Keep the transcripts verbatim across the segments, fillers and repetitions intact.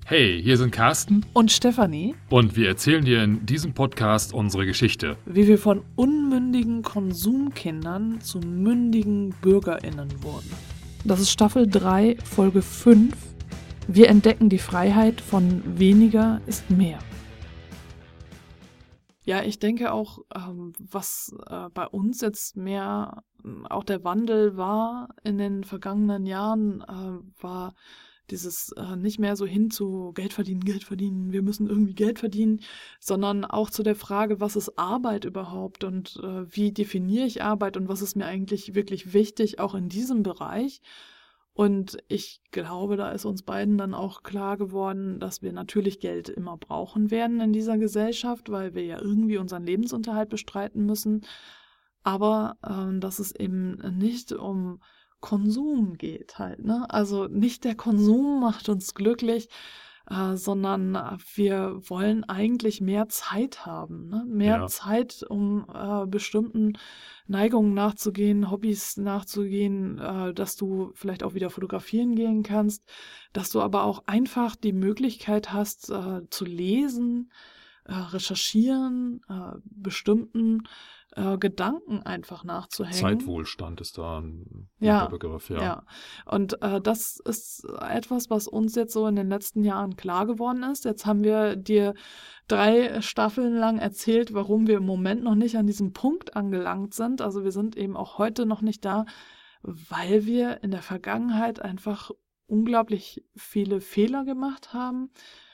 Hey, hier sind Carsten und Stefanie und wir erzählen dir in diesem Podcast unsere Geschichte. Wie wir von unmündigen Konsumkindern zu mündigen BürgerInnen wurden. Das ist Staffel drei, Folge fünf. Wir entdecken die Freiheit von weniger ist mehr. Ja, ich denke auch, ähm, was äh, bei uns jetzt mehr äh, auch der Wandel war in den vergangenen Jahren, äh, war dieses äh, nicht mehr so hin zu Geld verdienen, Geld verdienen, wir müssen irgendwie Geld verdienen, sondern auch zu der Frage, was ist Arbeit überhaupt und äh, wie definiere ich Arbeit und was ist mir eigentlich wirklich wichtig, auch in diesem Bereich. Und ich glaube, da ist uns beiden dann auch klar geworden, dass wir natürlich Geld immer brauchen werden in dieser Gesellschaft, weil wir ja irgendwie unseren Lebensunterhalt bestreiten müssen. Aber äh, dass es eben nicht um Konsum geht halt, ne? Also nicht der Konsum macht uns glücklich, äh, sondern wir wollen eigentlich mehr Zeit haben, ne? Mehr Ja. Zeit, um äh, bestimmten Neigungen nachzugehen, Hobbys nachzugehen, äh, dass du vielleicht auch wieder fotografieren gehen kannst, dass du aber auch einfach die Möglichkeit hast, äh, zu lesen, äh, recherchieren, äh, bestimmten äh, Gedanken einfach nachzuhängen. Zeitwohlstand ist da ein guter Ja, Begriff, ja. ja. Und äh, das ist etwas, was uns jetzt so in den letzten Jahren klar geworden ist. Jetzt haben wir dir drei Staffeln lang erzählt, warum wir im Moment noch nicht an diesem Punkt angelangt sind. Also wir sind eben auch heute noch nicht da, weil wir in der Vergangenheit einfach unglaublich viele Fehler gemacht haben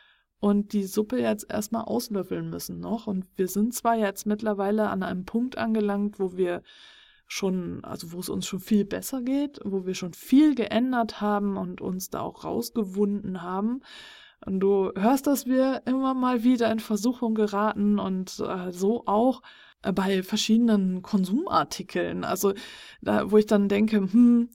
und die Suppe jetzt erstmal auslöffeln müssen noch. Und wir sind zwar jetzt mittlerweile an einem Punkt angelangt, wo wir schon, also wo es uns schon viel besser geht, wo wir schon viel geändert haben und uns da auch rausgewunden haben. Und du hörst, dass wir immer mal wieder in Versuchung geraten und äh, so auch äh, bei verschiedenen Konsumartikeln. Also da, wo ich dann denke, hm,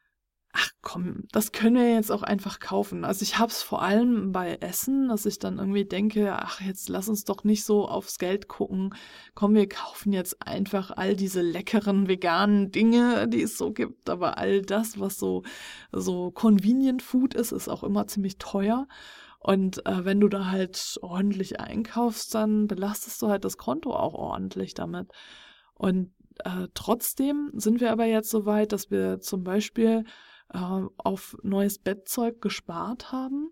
ach komm, das können wir jetzt auch einfach kaufen. Also ich habe es vor allem bei Essen, dass ich dann irgendwie denke, ach jetzt lass uns doch nicht so aufs Geld gucken. Komm, wir kaufen jetzt einfach all diese leckeren veganen Dinge, die es so gibt. Aber all das, was so, so Convenient Food ist, ist auch immer ziemlich teuer. Und äh, wenn du da halt ordentlich einkaufst, dann belastest du halt das Konto auch ordentlich damit. Und äh, trotzdem sind wir aber jetzt so weit, dass wir zum Beispiel auf neues Bettzeug gespart haben.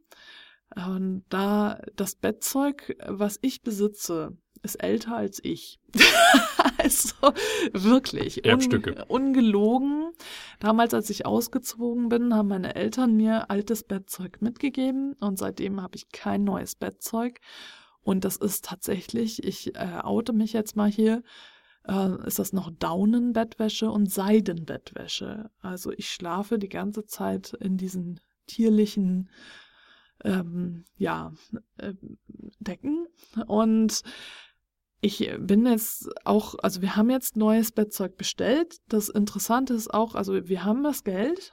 Und da das Bettzeug, was ich besitze, ist älter als ich. Also wirklich Erbstücke. Un, ungelogen. Damals, als ich ausgezogen bin, haben meine Eltern mir altes Bettzeug mitgegeben und seitdem habe ich kein neues Bettzeug. Und das ist tatsächlich, ich äh, oute mich jetzt mal hier, äh, ist das noch Daunenbettwäsche und Seidenbettwäsche. Also ich schlafe die ganze Zeit in diesen tierlichen ähm, ja, äh, Decken. Und ich bin jetzt auch, also wir haben jetzt neues Bettzeug bestellt. Das Interessante ist auch, also wir haben das Geld.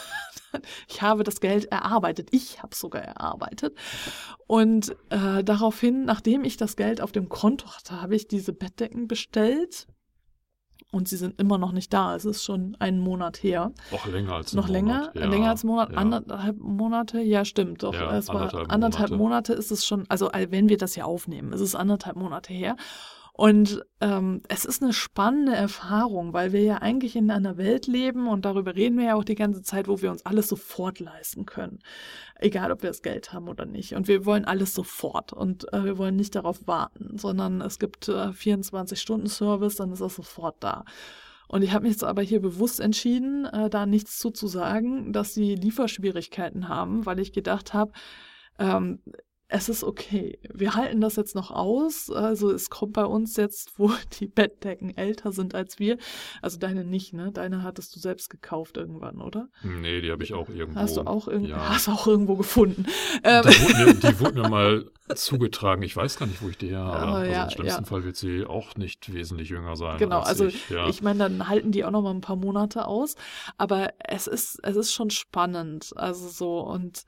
Ich habe das Geld erarbeitet. Ich habe es sogar erarbeitet. Und äh, daraufhin, nachdem ich das Geld auf dem Konto hatte, habe ich diese Bettdecken bestellt. Und sie sind immer noch nicht da. Es ist schon einen Monat her. Auch länger als Noch einen länger? Monat. Ja, länger als einen Monat? Ja. Anderthalb Monate? Ja, stimmt. Doch, Ja, es war anderthalb anderthalb Monate. Monate ist es schon, also wenn wir das hier aufnehmen, ist es anderthalb Monate her. Und ähm, es ist eine spannende Erfahrung, weil wir ja eigentlich in einer Welt leben und darüber reden wir ja auch die ganze Zeit, wo wir uns alles sofort leisten können. Egal, ob wir das Geld haben oder nicht. Und wir wollen alles sofort und äh, wir wollen nicht darauf warten, sondern es gibt äh, vierundzwanzig-Stunden-Service, dann ist das sofort da. Und ich habe mich jetzt aber hier bewusst entschieden, äh, da nichts zu, zu sagen, dass sie Lieferschwierigkeiten haben, weil ich gedacht habe, ähm, es ist okay. Wir halten das jetzt noch aus. Also es kommt bei uns jetzt, wo die Bettdecken älter sind als wir. Also deine nicht, ne? Deine hattest du selbst gekauft irgendwann, oder? Nee, die habe ich auch irgendwo. Hast du auch, irg- ja. hast du auch irgendwo gefunden. Ähm, Die, wurde mir, die wurde mir mal zugetragen. Ich weiß gar nicht, wo ich die her habe. Aber Also ja, im schlimmsten ja. Fall wird sie auch nicht wesentlich jünger sein. Genau, als also ich, ja. ich meine, dann halten die auch noch mal ein paar Monate aus. Aber es ist, es ist schon spannend. Also so und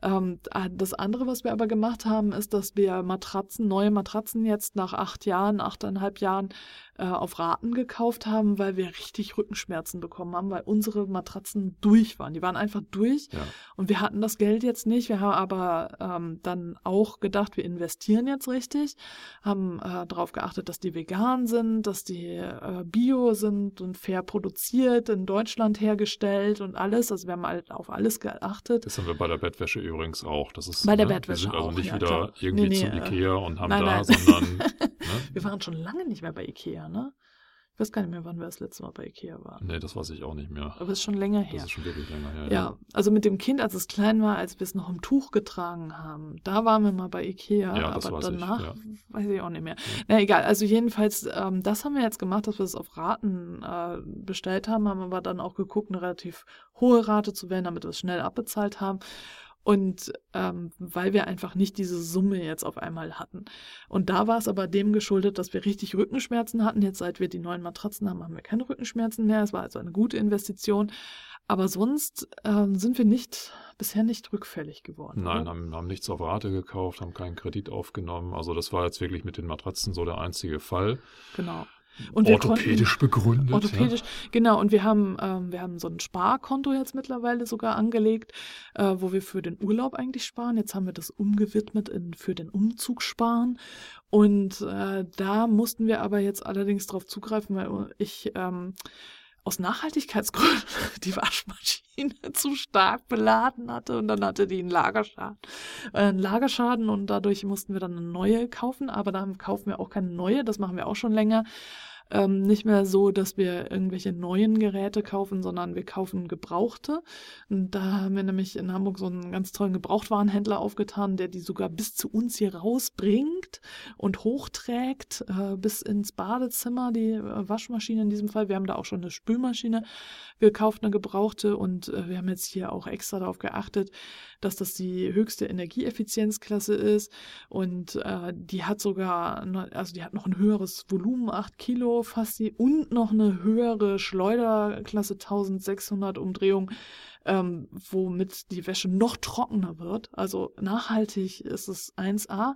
Ähm, das andere, was wir aber gemacht haben, ist, dass wir Matratzen, neue Matratzen jetzt nach acht Jahren, achteinhalb Jahren äh, auf Raten gekauft haben, weil wir richtig Rückenschmerzen bekommen haben, weil unsere Matratzen durch waren. Die waren einfach durch Ja. und wir hatten das Geld jetzt nicht. Wir haben aber ähm, dann auch gedacht, wir investieren jetzt richtig, haben äh, darauf geachtet, dass die vegan sind, dass die äh, bio sind und fair produziert, in Deutschland hergestellt und alles. Also wir haben halt auf alles geachtet. Das haben wir bei der Bettwäsche übrigens auch. Das ist, Bei der ne? Bettwäsche Wir sind also auch, nicht ja, wieder klar. irgendwie Nee, nee, zum äh, Ikea und haben nein, da, nein. sondern ne? Wir waren schon lange nicht mehr bei Ikea, ne? Ich weiß gar nicht mehr, wann wir das letzte Mal bei Ikea waren. Nee, das weiß ich auch nicht mehr. Aber es ist schon länger her. Das ist schon wirklich länger her. Ja, also mit dem Kind, als es klein war, als wir es noch im Tuch getragen haben, da waren wir mal bei Ikea, Ja, das aber weiß ich, danach ja. weiß ich auch nicht mehr. Na egal, also jedenfalls, ähm, das haben wir jetzt gemacht, dass wir es auf Raten äh, bestellt haben, haben aber dann auch geguckt, eine relativ hohe Rate zu wählen, damit wir es schnell abbezahlt haben. Und ähm, weil wir einfach nicht diese Summe jetzt auf einmal hatten. Und da war es aber dem geschuldet, dass wir richtig Rückenschmerzen hatten. Jetzt, seit wir die neuen Matratzen haben, haben wir keine Rückenschmerzen mehr. Es war also eine gute Investition. Aber sonst ähm, sind wir nicht bisher nicht rückfällig geworden. Nein, oder? haben, haben nichts auf Rate gekauft, haben keinen Kredit aufgenommen. Also das war jetzt wirklich mit den Matratzen so der einzige Fall. Genau. Und wir orthopädisch konnten, begründet. Orthopädisch, ja. genau. Und wir haben, ähm, wir haben so ein Sparkonto jetzt mittlerweile sogar angelegt, äh, wo wir für den Urlaub eigentlich sparen. Jetzt haben wir das umgewidmet in für den Umzug sparen. Und äh, da mussten wir aber jetzt allerdings drauf zugreifen, weil ich ähm, aus Nachhaltigkeitsgründen die Waschmaschine zu stark beladen hatte und dann hatte die einen Lagerschaden. Äh, einen Lagerschaden und dadurch mussten wir dann eine neue kaufen, aber dann kaufen wir auch keine neue, das machen wir auch schon länger. Ähm, nicht mehr so, dass wir irgendwelche neuen Geräte kaufen, sondern wir kaufen gebrauchte. Und da haben wir nämlich in Hamburg so einen ganz tollen Gebrauchtwarenhändler aufgetan, der die sogar bis zu uns hier rausbringt und hochträgt, äh, bis ins Badezimmer, die äh, Waschmaschine in diesem Fall. Wir haben da auch schon eine Spülmaschine gekauft, eine gebrauchte, und äh, wir haben jetzt hier auch extra darauf geachtet, dass das die höchste Energieeffizienzklasse ist, und äh, die hat sogar, also die hat noch ein höheres Volumen, acht Kilo fast die, und noch eine höhere Schleuderklasse, eintausendsechshundert Umdrehungen, ähm, womit die Wäsche noch trockener wird. Also nachhaltig ist es eins A.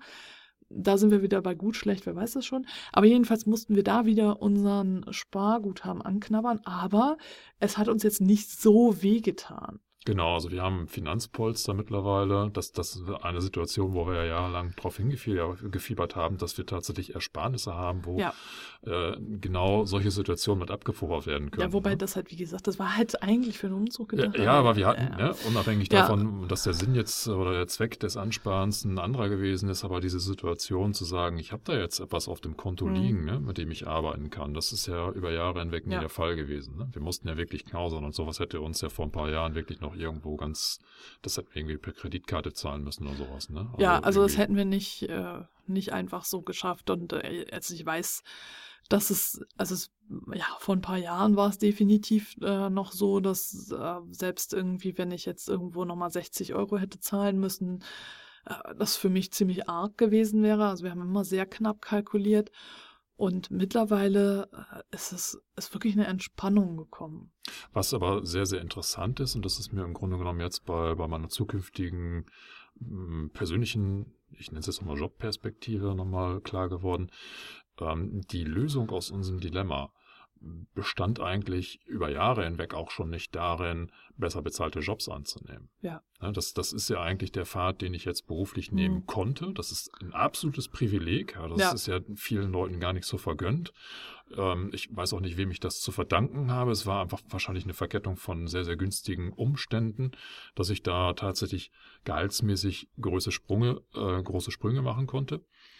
Da sind wir wieder bei gut, schlecht, wer weiß das schon. Aber jedenfalls mussten wir da wieder unseren Sparguthaben anknabbern, aber es hat uns jetzt nicht so wehgetan. Genau, also wir haben Finanzpolster mittlerweile. Das, das ist eine Situation, wo wir ja jahrelang darauf hingefiebert haben, dass wir tatsächlich Ersparnisse haben, wo Ja. äh, genau solche Situationen mit abgefordert werden können. Ja, wobei ne? das halt, wie gesagt, das war halt eigentlich für den Umzug Ja, gedacht. ja, aber wir hatten, Ja. ne, unabhängig Ja. davon, dass der Sinn jetzt oder der Zweck des Ansparens ein anderer gewesen ist, aber diese Situation zu sagen, ich habe da jetzt etwas auf dem Konto Mhm. liegen, ne, mit dem ich arbeiten kann, das ist ja über Jahre hinweg nie Ja. der Fall gewesen. Ne? Wir mussten ja wirklich knausern und sowas hätte uns ja vor ein paar Jahren wirklich noch irgendwo ganz, das hätten wir irgendwie per Kreditkarte zahlen müssen oder sowas. Ne? Ja, also das irgendwie- hätten wir nicht, äh, nicht einfach so geschafft. Und äh, als ich weiß, dass es, also es, ja, vor ein paar Jahren war es definitiv äh, noch so, dass äh, selbst irgendwie, wenn ich jetzt irgendwo nochmal sechzig Euro hätte zahlen müssen, äh, das für mich ziemlich arg gewesen wäre. Also wir haben immer sehr knapp kalkuliert. Und mittlerweile äh, ist es ist wirklich eine Entspannung gekommen. Was aber sehr, sehr interessant ist, und das ist mir im Grunde genommen jetzt bei, bei meiner zukünftigen mh, persönlichen, ich nenne es jetzt nochmal Jobperspektive, nochmal klar geworden, ähm, die Lösung aus unserem Dilemma bestand eigentlich über Jahre hinweg auch schon nicht darin, besser bezahlte Jobs anzunehmen. Ja. Ja, das, das ist ja eigentlich der Pfad, den ich jetzt beruflich nehmen Mhm. konnte. Das ist ein absolutes Privileg. Ja, das Ja. ist ja vielen Leuten gar nicht so vergönnt. Ähm, ich weiß auch nicht, wem ich das zu verdanken habe. Es war einfach wahrscheinlich eine Verkettung von sehr, sehr günstigen Umständen, dass ich da tatsächlich gehaltsmäßig große Sprünge, äh, große Sprünge machen konnte.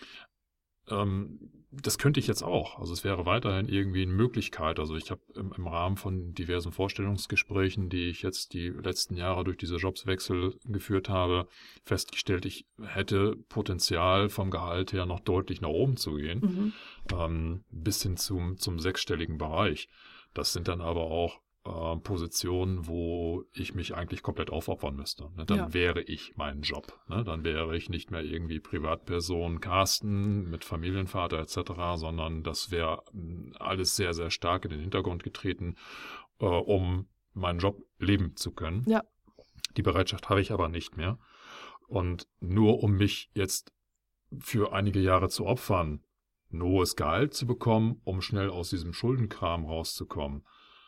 Ähm, das könnte ich jetzt auch. Also es wäre weiterhin irgendwie eine Möglichkeit. Also ich habe im, im Rahmen von diversen Vorstellungsgesprächen, die ich jetzt die letzten Jahre durch diese Jobswechsel geführt habe, festgestellt, ich hätte Potenzial vom Gehalt her noch deutlich nach oben zu gehen, Mhm. ähm, bis hin zum, zum sechsstelligen Bereich. Das sind dann aber auch äh, Positionen, wo ich mich eigentlich komplett aufopfern müsste. Ne? Dann Ja. wäre ich mein Job. Ne? Dann wäre ich nicht mehr irgendwie Privatperson Carsten mit Familienvater et cetera, sondern das wäre mh, alles sehr, sehr stark in den Hintergrund getreten, äh, um meinen Job leben zu können. Ja. Die Bereitschaft habe ich aber nicht mehr. Und nur um mich jetzt für einige Jahre zu opfern, ein hohes Gehalt zu bekommen, um schnell aus diesem Schuldenkram rauszukommen,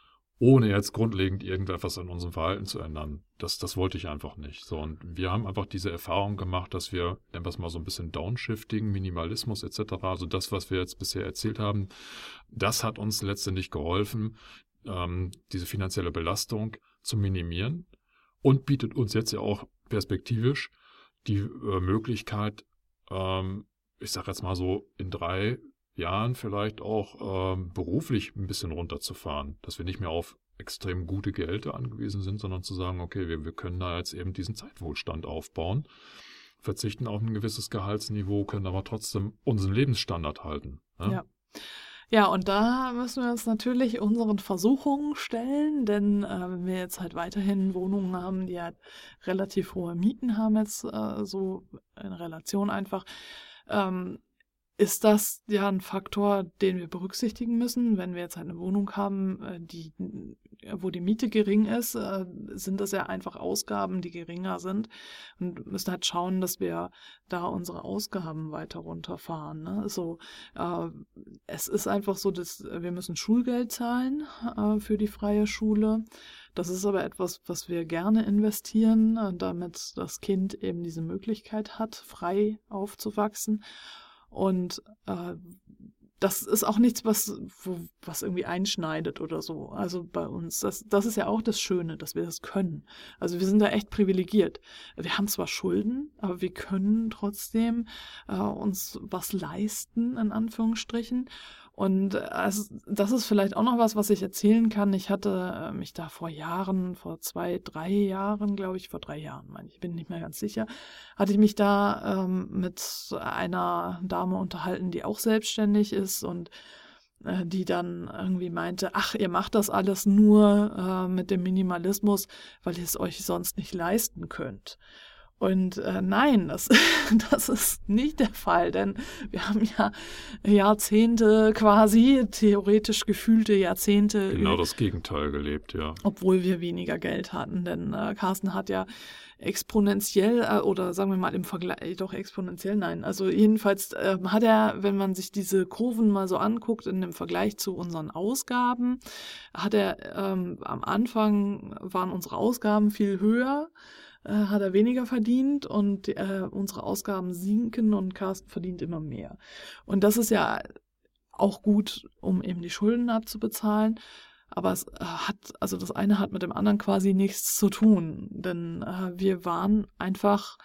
ohne jetzt grundlegend irgendetwas an unserem Verhalten zu ändern. Das, das wollte ich einfach nicht. So, und wir haben einfach diese Erfahrung gemacht, dass wir, nennen wir es mal so ein bisschen Downshifting, Minimalismus et cetera, also das, was wir jetzt bisher erzählt haben, das hat uns letztendlich geholfen, ähm, diese finanzielle Belastung zu minimieren und bietet uns jetzt ja auch perspektivisch die äh, Möglichkeit, ähm, ich sage jetzt mal so, in drei Jahren vielleicht auch ähm, beruflich ein bisschen runterzufahren, dass wir nicht mehr auf extrem gute Gehälter angewiesen sind, sondern zu sagen, okay, wir, wir können da jetzt eben diesen Zeitwohlstand aufbauen, verzichten auf ein gewisses Gehaltsniveau, können aber trotzdem unseren Lebensstandard halten. Ne? Ja. Ja, und da müssen wir uns natürlich unseren Versuchungen stellen, denn äh, wenn wir jetzt halt weiterhin Wohnungen haben, die halt relativ hohe Mieten haben, jetzt äh, so in Relation einfach, ähm, ist das ja ein Faktor, den wir berücksichtigen müssen. Wenn wir jetzt halt eine Wohnung haben, äh, die, wo die Miete gering ist, äh, sind das ja einfach Ausgaben, die geringer sind und müssen halt schauen, dass wir da unsere Ausgaben weiter runterfahren. Ne? So, äh, es ist einfach so, dass wir müssen Schulgeld zahlen äh, für die freie Schule. Das ist aber etwas, was wir gerne investieren, äh, damit das Kind eben diese Möglichkeit hat, frei aufzuwachsen. Und äh, das ist auch nichts, was, wo, was irgendwie einschneidet oder so. Also bei uns, das, das ist ja auch das Schöne, dass wir das können. Also wir sind da echt privilegiert. Wir haben zwar Schulden, aber wir können trotzdem äh, uns was leisten, in Anführungsstrichen. Und also, das ist vielleicht auch noch was, was ich erzählen kann. Ich hatte äh, mich da vor Jahren, vor zwei, drei Jahren, glaube ich, vor drei Jahren, meine ich, ich bin nicht mehr ganz sicher, hatte ich mich da ähm, mit einer Dame unterhalten, die auch selbstständig ist und äh, die dann irgendwie meinte, ach, ihr macht das alles nur äh, mit dem Minimalismus, weil ihr es euch sonst nicht leisten könnt. Und äh, nein, das, das ist nicht der Fall, denn wir haben ja Jahrzehnte quasi, theoretisch gefühlte Jahrzehnte. Genau das Gegenteil gelebt, ja. Obwohl wir weniger Geld hatten, denn äh, Carsten hat ja exponentiell äh, oder sagen wir mal im Vergleich, doch exponentiell, nein, also jedenfalls äh, hat er, wenn man sich diese Kurven mal so anguckt, in dem Vergleich zu unseren Ausgaben, hat er ähm, am Anfang waren unsere Ausgaben viel höher, hat er weniger verdient und äh, unsere Ausgaben sinken und Carsten verdient immer mehr. Und das ist ja auch gut, um eben die Schulden abzubezahlen. Aber es äh, hat, also das eine hat mit dem anderen quasi nichts zu tun. Denn äh, wir waren einfach,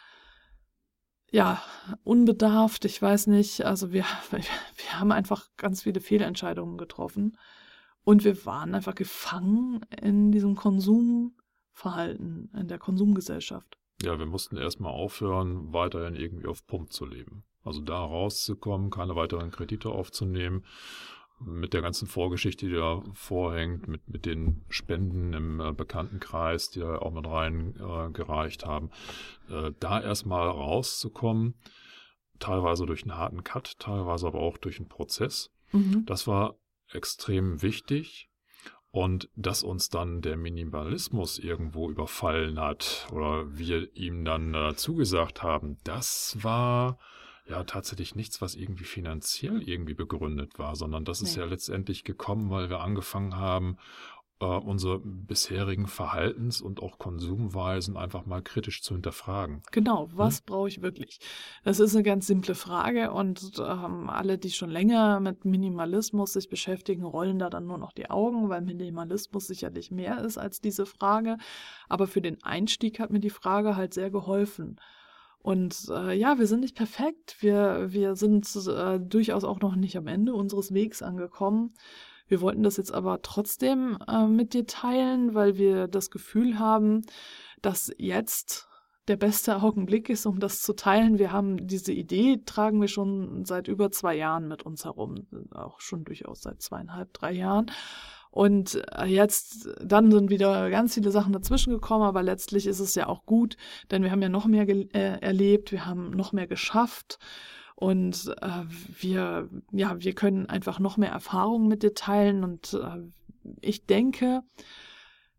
ja, unbedarft, ich weiß nicht, also wir, wir haben einfach ganz viele Fehlentscheidungen getroffen. Und wir waren einfach gefangen in diesem Konsum. Verhalten in der Konsumgesellschaft. Ja, wir mussten erstmal aufhören, weiterhin irgendwie auf Pump zu leben. Also da rauszukommen, keine weiteren Kredite aufzunehmen, mit der ganzen Vorgeschichte, die da vorhängt, mit, mit den Spenden im äh, Bekanntenkreis, die da auch mit rein äh, gereicht haben, äh, da erstmal rauszukommen, teilweise durch einen harten Cut, teilweise aber auch durch einen Prozess. Mhm. Das war extrem wichtig. Und dass uns dann der Minimalismus irgendwo überfallen hat oder wir ihm dann äh, zugesagt haben, das war ja tatsächlich nichts, was irgendwie finanziell irgendwie begründet war, sondern das ist nee. ja letztendlich gekommen, weil wir angefangen haben, äh, unsere bisherigen Verhaltens- und auch Konsumweisen einfach mal kritisch zu hinterfragen. Genau, was hm? brauche ich wirklich? Das ist eine ganz simple Frage und ähm, alle, die schon länger mit Minimalismus sich beschäftigen, rollen da dann nur noch die Augen, weil Minimalismus sicherlich mehr ist als diese Frage. Aber für den Einstieg hat mir die Frage halt sehr geholfen. Und äh, ja, wir sind nicht perfekt. Wir, wir sind äh, durchaus auch noch nicht am Ende unseres Wegs angekommen. Wir wollten das jetzt aber trotzdem äh, mit dir teilen, weil wir das Gefühl haben, dass jetzt der beste Augenblick ist, um das zu teilen. Wir haben diese Idee, tragen wir schon seit über zwei Jahren mit uns herum, auch schon durchaus seit zweieinhalb, drei Jahren. Und jetzt, dann sind wieder ganz viele Sachen dazwischen gekommen, aber letztlich ist es ja auch gut, denn wir haben ja noch mehr ge- äh, erlebt, wir haben noch mehr geschafft und äh, wir, ja, wir können einfach noch mehr Erfahrungen mit dir teilen und äh, ich denke,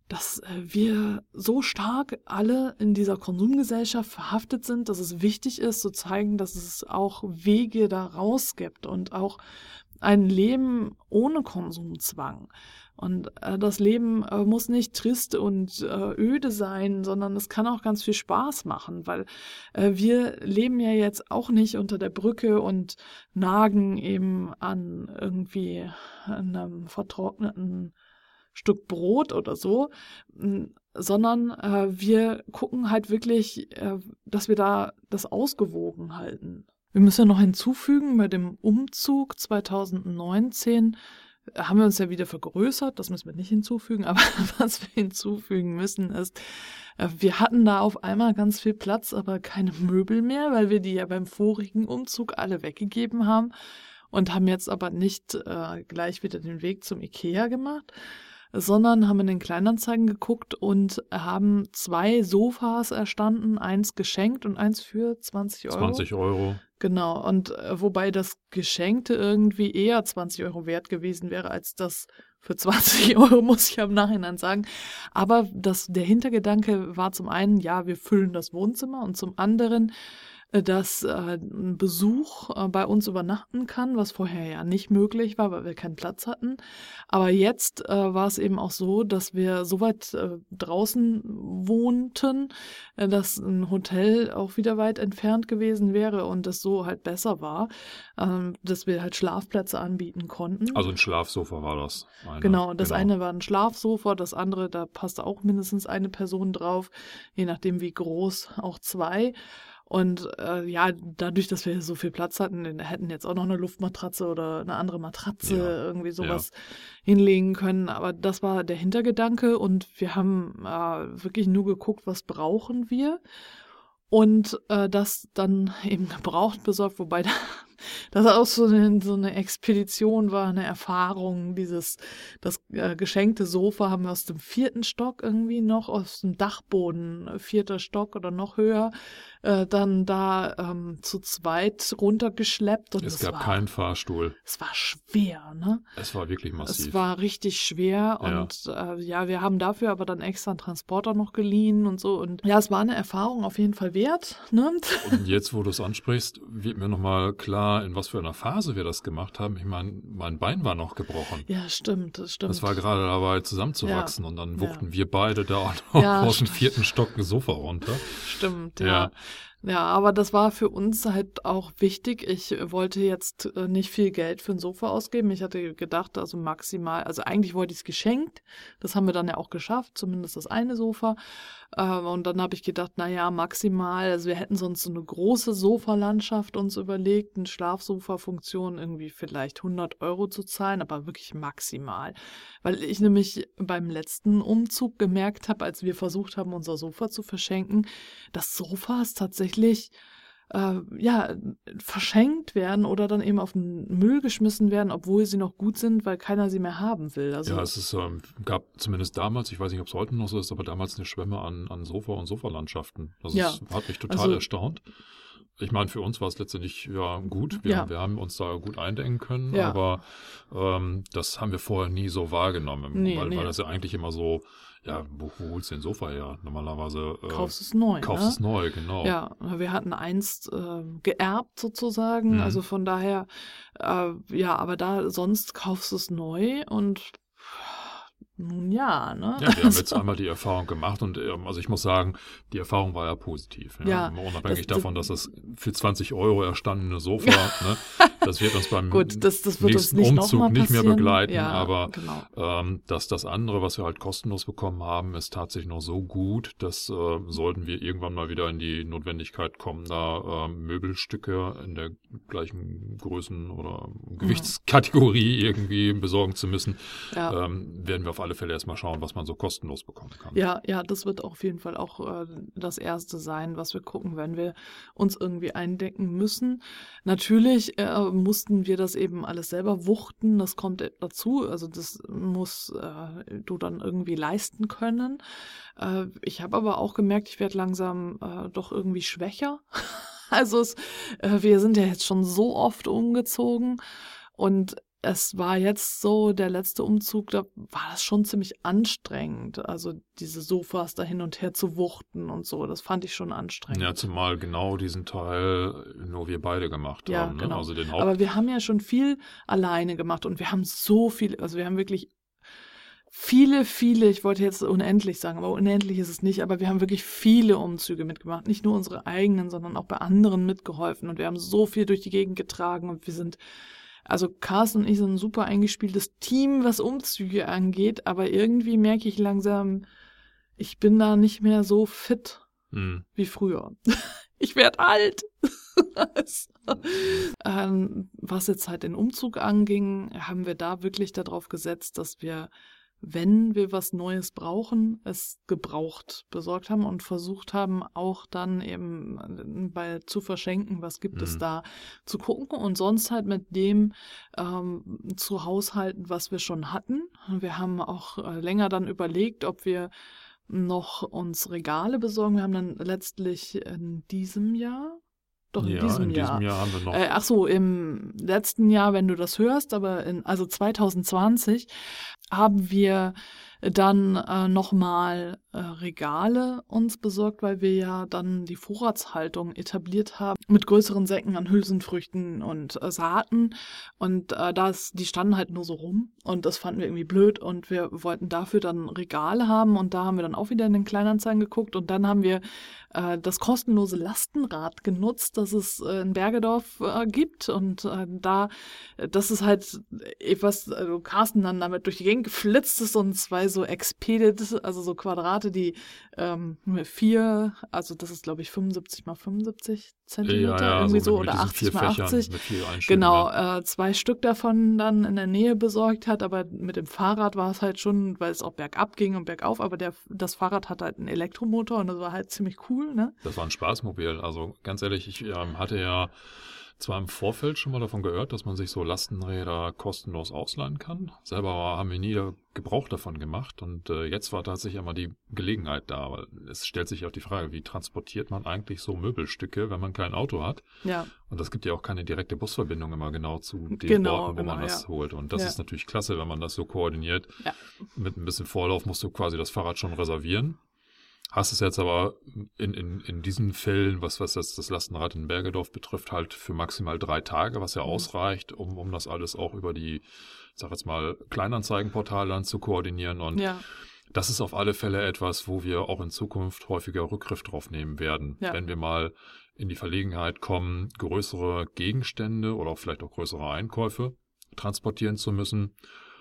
dass äh, wir so stark alle in dieser Konsumgesellschaft verhaftet sind, dass es wichtig ist, zu zeigen, dass es auch Wege da raus gibt und auch ein Leben ohne Konsumzwang. Und äh, das Leben äh, muss nicht trist und äh, öde sein, sondern es kann auch ganz viel Spaß machen, weil äh, wir leben ja jetzt auch nicht unter der Brücke und nagen eben an irgendwie einem vertrockneten Stück Brot oder so, m, sondern äh, wir gucken halt wirklich, äh, dass wir da das ausgewogen halten. Wir müssen ja noch hinzufügen, bei dem Umzug zwanzig neunzehn haben wir uns ja wieder vergrößert, das müssen wir nicht hinzufügen, aber was wir hinzufügen müssen ist, äh, wir hatten da auf einmal ganz viel Platz, aber keine Möbel mehr, weil wir die ja beim vorigen Umzug alle weggegeben haben und haben jetzt aber nicht äh, gleich wieder den Weg zum Ikea gemacht, sondern haben in den Kleinanzeigen geguckt und haben zwei Sofas erstanden, eins geschenkt und eins für zwanzig Euro. zwanzig Euro. Genau, und äh, wobei das Geschenkte irgendwie eher zwanzig Euro wert gewesen wäre als das für zwanzig Euro, muss ich am Nachhinein sagen. Aber das, der Hintergedanke war zum einen, ja, wir füllen das Wohnzimmer und zum anderen, äh, dass äh, ein Besuch äh, bei uns übernachten kann, was vorher ja nicht möglich war, weil wir keinen Platz hatten. Aber jetzt äh, war es eben auch so, dass wir so weit äh, draußen wohnten, äh, dass ein Hotel auch wieder weit entfernt gewesen wäre und das so halt besser war, ähm, dass wir halt Schlafplätze anbieten konnten. Also ein Schlafsofa war das. Eine. Genau, das genau. eine war ein Schlafsofa, das andere, da passte auch mindestens eine Person drauf, je nachdem wie groß, auch zwei. Und äh, ja, dadurch, dass wir so viel Platz hatten, hätten jetzt auch noch eine Luftmatratze oder eine andere Matratze, Ja, irgendwie sowas hinlegen können. Aber das war der Hintergedanke und wir haben äh, wirklich nur geguckt, was brauchen wir. Und äh, das dann eben gebraucht besorgt, wobei da, das auch so eine, so eine Expedition war, eine Erfahrung. Dieses, das äh, geschenkte Sofa haben wir aus dem vierten Stock irgendwie noch, aus dem Dachboden, äh, vierter Stock oder noch höher, äh, dann da ähm, zu zweit runtergeschleppt. Und es das gab war, keinen Fahrstuhl. Es war schwer, ne? Es war wirklich massiv. Es war richtig schwer Ja. und äh, ja, wir haben dafür aber dann extra einen Transporter noch geliehen und so. Und ja, es war eine Erfahrung auf jeden Fall wert, ne? Und jetzt, wo du es ansprichst, wird mir nochmal klar, in was für einer Phase wir das gemacht haben. Ich meine, mein Bein war noch gebrochen. Ja, stimmt, das stimmt. Das war gerade dabei zusammenzuwachsen Ja. und dann Ja. wuchten wir beide da auch noch Ja, aus dem stimmt. vierten Stock ein Sofa runter. Stimmt, Ja. ja. Ja, aber das war für uns halt auch wichtig. Ich wollte jetzt äh, nicht viel Geld für ein Sofa ausgeben. Ich hatte gedacht, also maximal, also eigentlich wollte ich es geschenkt. Das haben wir dann ja auch geschafft, zumindest das eine Sofa. Ähm, und dann habe ich gedacht, na ja, maximal, also wir hätten sonst so eine große Sofalandschaft uns überlegt, eine Schlafsofa-Funktion irgendwie vielleicht hundert Euro zu zahlen, aber wirklich maximal. Weil ich nämlich beim letzten Umzug gemerkt habe, als wir versucht haben, unser Sofa zu verschenken, dass Sofas tatsächlich äh, ja, verschenkt werden oder dann eben auf den Müll geschmissen werden, obwohl sie noch gut sind, weil keiner sie mehr haben will. Also, Ja, es ist, ähm, gab zumindest damals, ich weiß nicht, ob es heute noch so ist, aber damals eine Schwemme an, an Sofa- und Sofalandschaften. Das Ja. ist, hat mich total Also- erstaunt. Ich meine, für uns war es letztendlich ja gut. Wir, Ja. wir haben uns da gut eindenken können, Ja. aber ähm, das haben wir vorher nie so wahrgenommen, Nee, weil, nee. weil das ja eigentlich immer so, ja, wo, wo holst du den Sofa her? Normalerweise äh, kaufst es neu, kaufst ne? es neu, genau. Ja, wir hatten einst äh, geerbt sozusagen, Mhm. also von daher, äh, ja, aber da sonst kaufst du es neu und nun ja, ne? Ja, wir haben jetzt Also, einmal die Erfahrung gemacht und ähm, also ich muss sagen, die Erfahrung war ja positiv. Ja? Ja, Unabhängig das- davon, dass das für zwanzig Euro erstandene Sofa, ne, das wird uns beim Gut, das, das wird uns nächsten nicht Umzug nochmal nicht mehr passieren. begleiten, Ja, aber genau. ähm, dass das andere, was wir halt kostenlos bekommen haben, ist tatsächlich noch so gut, dass äh, sollten wir irgendwann mal wieder in die Notwendigkeit kommen, da ähm, Möbelstücke in der gleichen Größen- oder Gewichtskategorie irgendwie besorgen zu müssen, Ja. ähm, werden wir auf alle Fälle erstmal schauen, was man so kostenlos bekommen kann. Ja, ja, das wird auf jeden Fall auch äh, das Erste sein, was wir gucken, wenn wir uns irgendwie eindecken müssen. Natürlich äh, mussten wir das eben alles selber wuchten, das kommt dazu, also das muss äh, du dann irgendwie leisten können. Äh, ich habe aber auch gemerkt, ich werde langsam äh, doch irgendwie schwächer. Also es, äh, wir sind ja jetzt schon so oft umgezogen und es war jetzt so, der letzte Umzug, da war das schon ziemlich anstrengend. Also diese Sofas da hin und her zu wuchten und so, das fand ich schon anstrengend. Ja, zumal genau diesen Teil nur wir beide gemacht Ja, haben. Ne? genau. Also den Haupt- Aber wir haben ja schon viel alleine gemacht und wir haben so viel, also wir haben wirklich viele, viele, ich wollte jetzt unendlich sagen, aber unendlich ist es nicht, aber wir haben wirklich viele Umzüge mitgemacht. Nicht nur unsere eigenen, sondern auch bei anderen mitgeholfen und wir haben so viel durch die Gegend getragen und wir sind, also Carsten und ich sind ein super eingespieltes Team, was Umzüge angeht, aber irgendwie merke ich langsam, ich bin da nicht mehr so fit Hm. wie früher. Ich werde alt. Also, ähm, was jetzt halt den Umzug anging, haben wir da wirklich darauf gesetzt, dass wir, wenn wir was Neues brauchen, es gebraucht besorgt haben und versucht haben, auch dann eben bei zu verschenken, was gibt es Mhm. da, zu gucken und sonst halt mit dem ähm, zu haushalten, was wir schon hatten. Wir haben auch äh, länger dann überlegt, ob wir noch uns Regale besorgen. Wir haben dann letztlich in diesem Jahr, doch in Ja, diesem in Jahr, diesem Jahr haben wir noch. äh, ach so, im letzten Jahr, wenn du das hörst, aber in, also zwanzig zwanzig haben wir dann äh, nochmal äh, Regale uns besorgt, weil wir ja dann die Vorratshaltung etabliert haben mit größeren Säcken an Hülsenfrüchten und äh, Saaten und äh, das, die standen halt nur so rum und das fanden wir irgendwie blöd und wir wollten dafür dann Regale haben und da haben wir dann auch wieder in den Kleinanzeigen geguckt und dann haben wir äh, das kostenlose Lastenrad genutzt, das es äh, in Bergedorf äh, gibt und äh, da, das ist halt etwas, also Carsten dann damit durch die Gegend geflitzt ist und zwei so Expedit, also so Quadrate, die ähm, vier, also das ist glaube ich fünfundsiebzig mal fünfundsiebzig Zentimeter, ja, ja, irgendwie so so, mit oder diesen achtzig vier mal Fächern, achtzig. mit vier Einschüben, Genau, ja. äh, zwei Stück davon dann in der Nähe besorgt hat, aber mit dem Fahrrad war es halt schon, weil es auch bergab ging und bergauf, aber der, das Fahrrad hat halt einen Elektromotor und das war halt ziemlich cool, ne? Das war ein Spaßmobil. Also ganz ehrlich, ich ähm, hatte ja zwar im Vorfeld schon mal davon gehört, dass man sich so Lastenräder kostenlos ausleihen kann. Selber haben wir nie Gebrauch davon gemacht und äh, jetzt war tatsächlich einmal die Gelegenheit da. Weil es stellt sich auch die Frage, wie transportiert man eigentlich so Möbelstücke, wenn man kein Auto hat? Ja. Und es gibt ja auch keine direkte Busverbindung immer genau zu den Genau, Orten, wo genau, man das ja. holt. Und das Ja. ist natürlich klasse, wenn man das so koordiniert. Ja. Mit ein bisschen Vorlauf musst du quasi das Fahrrad schon reservieren. Hast es jetzt aber in, in, in diesen Fällen, was, was das, das Lastenrad in Bergedorf betrifft, halt für maximal drei Tage, was ja Mhm. ausreicht, um, um das alles auch über die, ich sag jetzt mal, Kleinanzeigenportale dann zu koordinieren. Und Ja. das ist auf alle Fälle etwas, wo wir auch in Zukunft häufiger Rückgriff drauf nehmen werden. Ja. Wenn wir mal in die Verlegenheit kommen, größere Gegenstände oder auch vielleicht auch größere Einkäufe transportieren zu müssen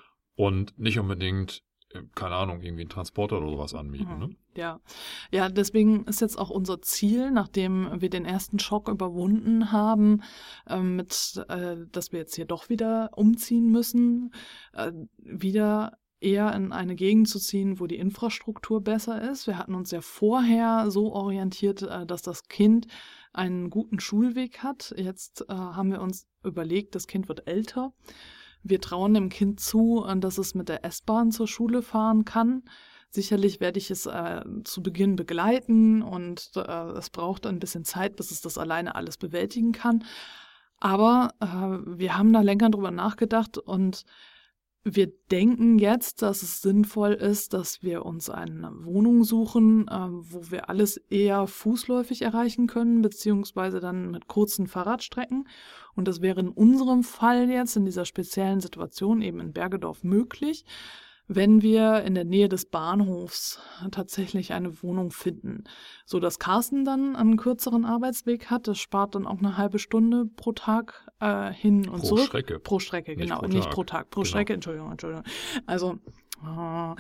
und nicht unbedingt, keine Ahnung, irgendwie einen Transporter oder sowas anmieten. Mhm. Ne? Ja. Ja, deswegen ist jetzt auch unser Ziel, nachdem wir den ersten Schock überwunden haben, ähm, mit, äh, dass wir jetzt hier doch wieder umziehen müssen, äh, wieder eher in eine Gegend zu ziehen, wo die Infrastruktur besser ist. Wir hatten uns ja vorher so orientiert, äh, dass das Kind einen guten Schulweg hat. Jetzt äh, haben wir uns überlegt, das Kind wird älter. Wir trauen dem Kind zu, äh, dass es mit der S-Bahn zur Schule fahren kann. Sicherlich werde ich es äh, zu Beginn begleiten und äh, es braucht ein bisschen Zeit, bis es das alleine alles bewältigen kann. Aber äh, wir haben da länger drüber nachgedacht und wir denken jetzt, dass es sinnvoll ist, dass wir uns eine Wohnung suchen, äh, wo wir alles eher fußläufig erreichen können, beziehungsweise dann mit kurzen Fahrradstrecken. Und das wäre in unserem Fall jetzt, in dieser speziellen Situation eben in Bergedorf möglich, wenn wir in der Nähe des Bahnhofs tatsächlich eine Wohnung finden, so dass Carsten dann einen kürzeren Arbeitsweg hat. Das spart dann auch eine halbe Stunde pro Tag äh, hin und Pro zurück. Strecke. Pro Strecke, Nicht genau, pro nicht Tag. pro Tag, pro Genau. Strecke, Entschuldigung, Entschuldigung. Also oh,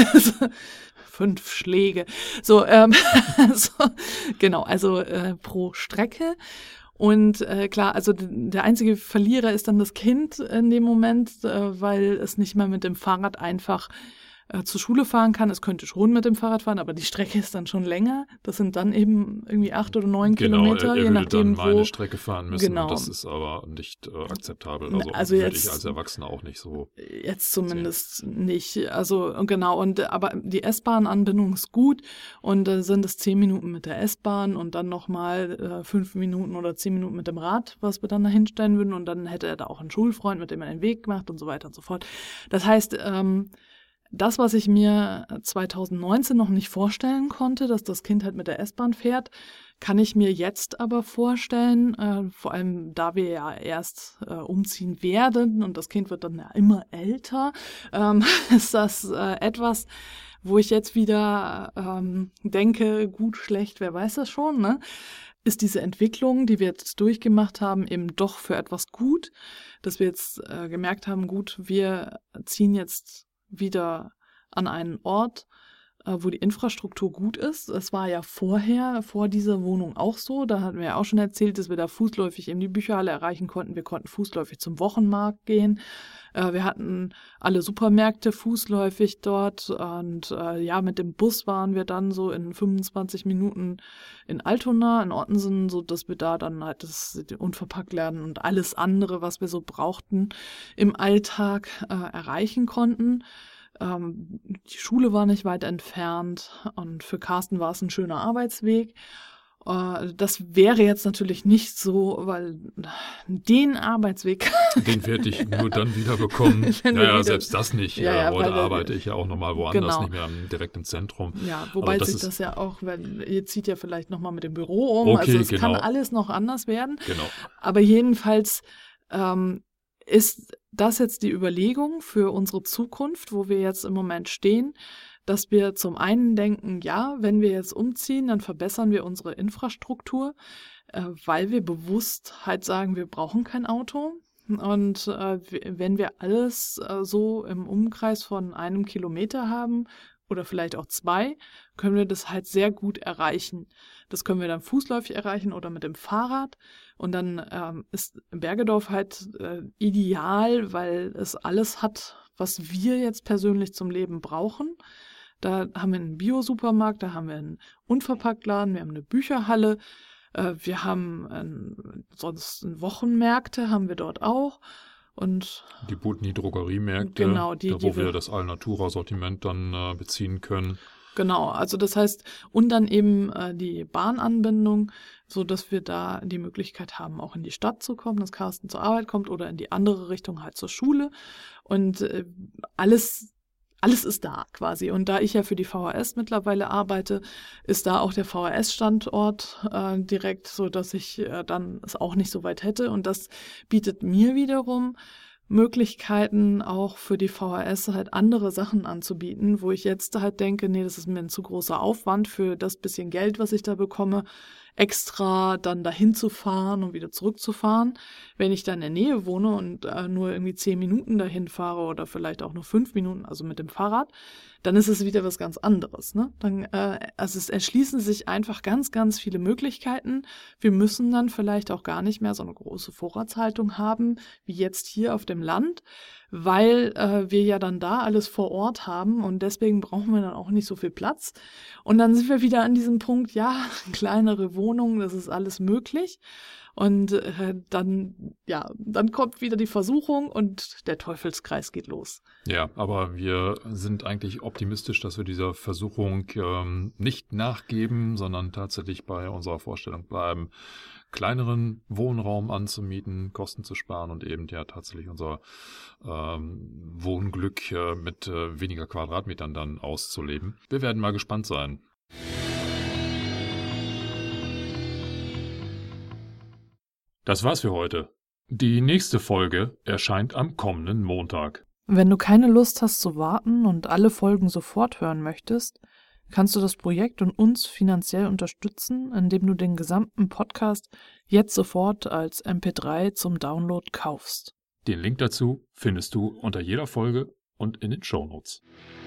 fünf Schläge. So, ähm, so genau, also äh, pro Strecke. Und äh, klar, also d- der einzige Verlierer ist dann das Kind in dem Moment, äh, weil es nicht mehr mit dem Fahrrad einfach äh, zur Schule fahren kann. Es könnte schon mit dem Fahrrad fahren, aber die Strecke ist dann schon länger. Das sind dann eben irgendwie acht oder neun genau, Kilometer, er, er je würde nachdem, dann meine wo. Strecke fahren müssen. Genau. Und das ist aber nicht äh, akzeptabel. Also, Also würde jetzt- ich als Erwachsener auch nicht so. Jetzt zumindest nicht. Also genau, und aber die S-Bahn-Anbindung ist gut und da sind es zehn Minuten mit der S-Bahn und dann nochmal äh, fünf Minuten oder zehn Minuten mit dem Rad, was wir dann da hinstellen würden und dann hätte er da auch einen Schulfreund, mit dem er den Weg macht und so weiter und so fort. Das heißt, ähm, das, was ich mir zwanzig neunzehn noch nicht vorstellen konnte, dass das Kind halt mit der S-Bahn fährt, kann ich mir jetzt aber vorstellen, äh, vor allem da wir ja erst äh, umziehen werden und das Kind wird dann ja immer älter, ähm, ist das äh, etwas, wo ich jetzt wieder ähm, denke, gut, schlecht, wer weiß das schon, ne? Ist diese Entwicklung, die wir jetzt durchgemacht haben, eben doch für etwas gut, dass wir jetzt äh, gemerkt haben, gut, wir ziehen jetzt wieder an einen Ort, wo die Infrastruktur gut ist. Es war ja vorher, vor dieser Wohnung auch so. Da hatten wir ja auch schon erzählt, dass wir da fußläufig eben die Bücherhalle erreichen konnten. Wir konnten fußläufig zum Wochenmarkt gehen. Äh, wir hatten alle Supermärkte fußläufig dort. Und äh, ja, mit dem Bus waren wir dann so in fünfundzwanzig Minuten in Altona, in Ottensen, so dass wir da dann halt das Unverpacktladen und alles andere, was wir so brauchten, im Alltag äh, erreichen konnten. Ähm, die Schule war nicht weit entfernt und für Carsten war es ein schöner Arbeitsweg. Äh, das wäre jetzt natürlich nicht so, weil den Arbeitsweg... Den werde ich nur dann wieder bekommen. Wenn wir Naja, wieder- selbst das nicht. Ja, Äh, ja, Heute weil- arbeite ich ja auch nochmal woanders, Genau. nicht mehr im- direkt im Zentrum. Ja, wobei Aber das sich ist- das ja auch, wenn ihr zieht ja vielleicht nochmal mit dem Büro um, Okay, also es genau. kann alles noch anders werden. Genau. Aber jedenfalls ähm, ist das jetzt die Überlegung für unsere Zukunft, wo wir jetzt im Moment stehen, dass wir zum einen denken, ja, wenn wir jetzt umziehen, dann verbessern wir unsere Infrastruktur, äh, weil wir bewusst halt sagen, wir brauchen kein Auto. Und äh, wenn wir alles äh, so im Umkreis von einem Kilometer haben oder vielleicht auch zwei, können wir das halt sehr gut erreichen. Das können wir dann fußläufig erreichen oder mit dem Fahrrad. Und dann ähm, ist Bergedorf halt äh, ideal, weil es alles hat, was wir jetzt persönlich zum Leben brauchen. Da haben wir einen Bio-Supermarkt, da haben wir einen Unverpacktladen, wir haben eine Bücherhalle, äh, wir haben ein, sonst Wochenmärkte haben wir dort auch. Und Die Botni-Drogeriemärkte, Genau, die- da, die wo wir wir- das Alnatura-Sortiment dann äh, beziehen können. genau, also das heißt, und dann eben äh, die Bahnanbindung, so dass wir da die Möglichkeit haben, auch in die Stadt zu kommen, dass Carsten zur Arbeit kommt oder in die andere Richtung halt zur Schule. Und äh, alles, alles ist da quasi. Und da ich ja für die V H S mittlerweile arbeite, ist da auch der V H S-Standort äh, direkt, so dass ich äh, dann es auch nicht so weit hätte. Und das bietet mir wiederum Möglichkeiten auch für die V H S halt andere Sachen anzubieten, wo ich jetzt halt denke, nee, das ist mir ein zu großer Aufwand für das bisschen Geld, was ich da bekomme, extra dann dahin zu fahren und wieder zurückzufahren. Wenn ich da in der Nähe wohne und äh, nur irgendwie zehn Minuten dahin fahre oder vielleicht auch nur fünf Minuten, also mit dem Fahrrad, dann ist es wieder was ganz anderes. Ne? Dann, äh, also es erschließen sich einfach ganz, ganz viele Möglichkeiten. Wir müssen dann vielleicht auch gar nicht mehr so eine große Vorratshaltung haben, wie jetzt hier auf dem Land, weil äh, wir ja dann da alles vor Ort haben und deswegen brauchen wir dann auch nicht so viel Platz. Und dann sind wir wieder an diesem Punkt, ja, kleinere Wohnungen, das ist alles möglich. Und äh, dann, ja, dann kommt wieder die Versuchung und der Teufelskreis geht los. Ja, aber wir sind eigentlich optimistisch, dass wir dieser Versuchung ähm, nicht nachgeben, sondern tatsächlich bei unserer Vorstellung bleiben, kleineren Wohnraum anzumieten, Kosten zu sparen und eben ja tatsächlich unser ähm, Wohnglück äh, mit äh, weniger Quadratmetern dann auszuleben. Wir werden mal gespannt sein. Das war's für heute. Die nächste Folge erscheint am kommenden Montag. Wenn du keine Lust hast zu warten und alle Folgen sofort hören möchtest, kannst du das Projekt und uns finanziell unterstützen, indem du den gesamten Podcast jetzt sofort als M P drei zum Download kaufst. Den Link dazu findest du unter jeder Folge und in den Shownotes.